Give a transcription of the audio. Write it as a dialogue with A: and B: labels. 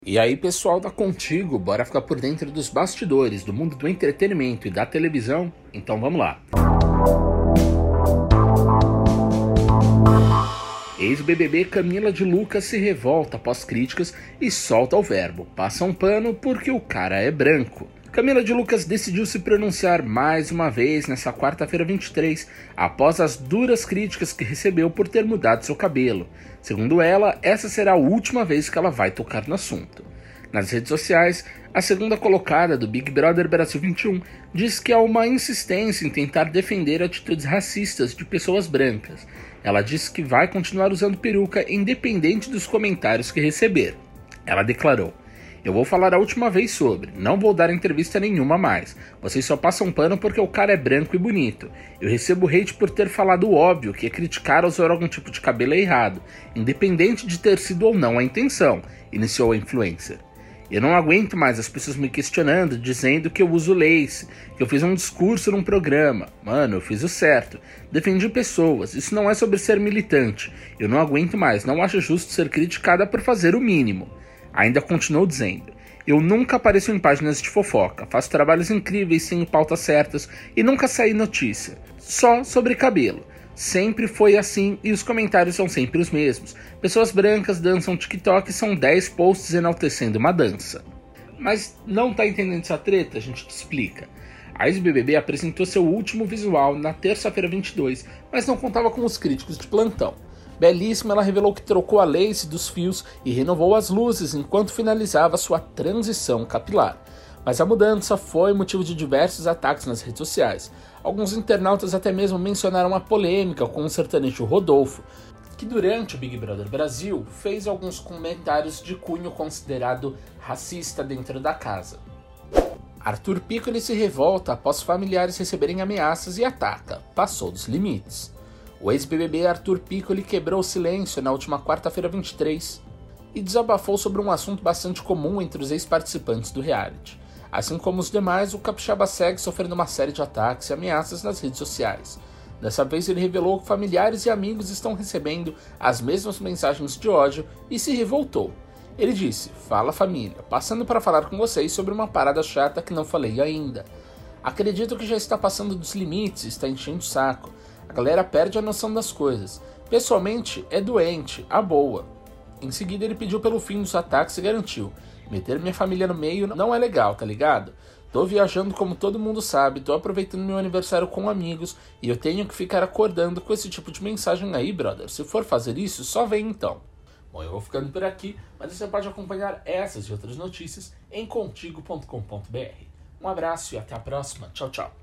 A: E aí, pessoal da Contigo, bora ficar por dentro dos bastidores do mundo do entretenimento e da televisão? Então vamos lá. Ex-BBB Camila de Lucas se revolta após críticas e solta o verbo. Passa um pano porque o cara é branco. Camila de Lucas decidiu se pronunciar mais uma vez nessa quarta-feira 23, após as duras críticas que recebeu por ter mudado seu cabelo. Segundo ela, essa será a última vez que ela vai tocar no assunto. Nas redes sociais, a segunda colocada do Big Brother Brasil 21 diz que há uma insistência em tentar defender atitudes racistas de pessoas brancas. Ela disse que vai continuar usando peruca independente dos comentários que receber. Ela declarou: "Eu vou falar a última vez sobre, não vou dar entrevista nenhuma mais. Vocês só passam pano porque o cara é branco e bonito. Eu recebo hate por ter falado o óbvio, que é criticar usar algum tipo de cabelo é errado, independente de ter sido ou não a intenção", iniciou a influencer. "Eu não aguento mais as pessoas me questionando, dizendo que eu uso lace, que eu fiz um discurso num programa. Mano, eu fiz o certo. Defendi pessoas, isso não é sobre ser militante. Eu não aguento mais, não acho justo ser criticada por fazer o mínimo." Ainda continuou dizendo: "Eu nunca apareço em páginas de fofoca, faço trabalhos incríveis, sem pautas certas e nunca saí notícia. Só sobre cabelo. Sempre foi assim e os comentários são sempre os mesmos. Pessoas brancas dançam TikTok e são 10 posts enaltecendo uma dança." Mas não tá entendendo essa treta? A gente te explica. A ex-BBB apresentou seu último visual na terça-feira 22, mas não contava com os críticos de plantão. Belíssima, ela revelou que trocou a lace dos fios e renovou as luzes enquanto finalizava sua transição capilar. Mas a mudança foi motivo de diversos ataques nas redes sociais. Alguns internautas até mesmo mencionaram a polêmica com o sertanejo Rodolfo, que durante o Big Brother Brasil fez alguns comentários de cunho considerado racista dentro da casa. Arthur Piccoli se revolta após familiares receberem ameaças e ataca. Passou dos limites. O ex-BBB Arthur Piccoli quebrou o silêncio na última quarta-feira 23 e desabafou sobre um assunto bastante comum entre os ex-participantes do reality. Assim como os demais, o capixaba segue sofrendo uma série de ataques e ameaças nas redes sociais. Dessa vez ele revelou que familiares e amigos estão recebendo as mesmas mensagens de ódio e se revoltou. Ele disse: "Fala família, passando para falar com vocês sobre uma parada chata que não falei ainda. Acredito que já está passando dos limites, está enchendo o saco. A galera perde a noção das coisas. Pessoalmente, é doente, a boa." Em seguida, ele pediu pelo fim dos ataques e garantiu: "Meter minha família no meio não é legal, tá ligado? Tô viajando como todo mundo sabe, tô aproveitando meu aniversário com amigos e eu tenho que ficar acordando com esse tipo de mensagem aí, brother. Se for fazer isso, só vem então." Bom, eu vou ficando por aqui, mas você pode acompanhar essas e outras notícias em contigo.com.br. Um abraço e até a próxima. Tchau, tchau.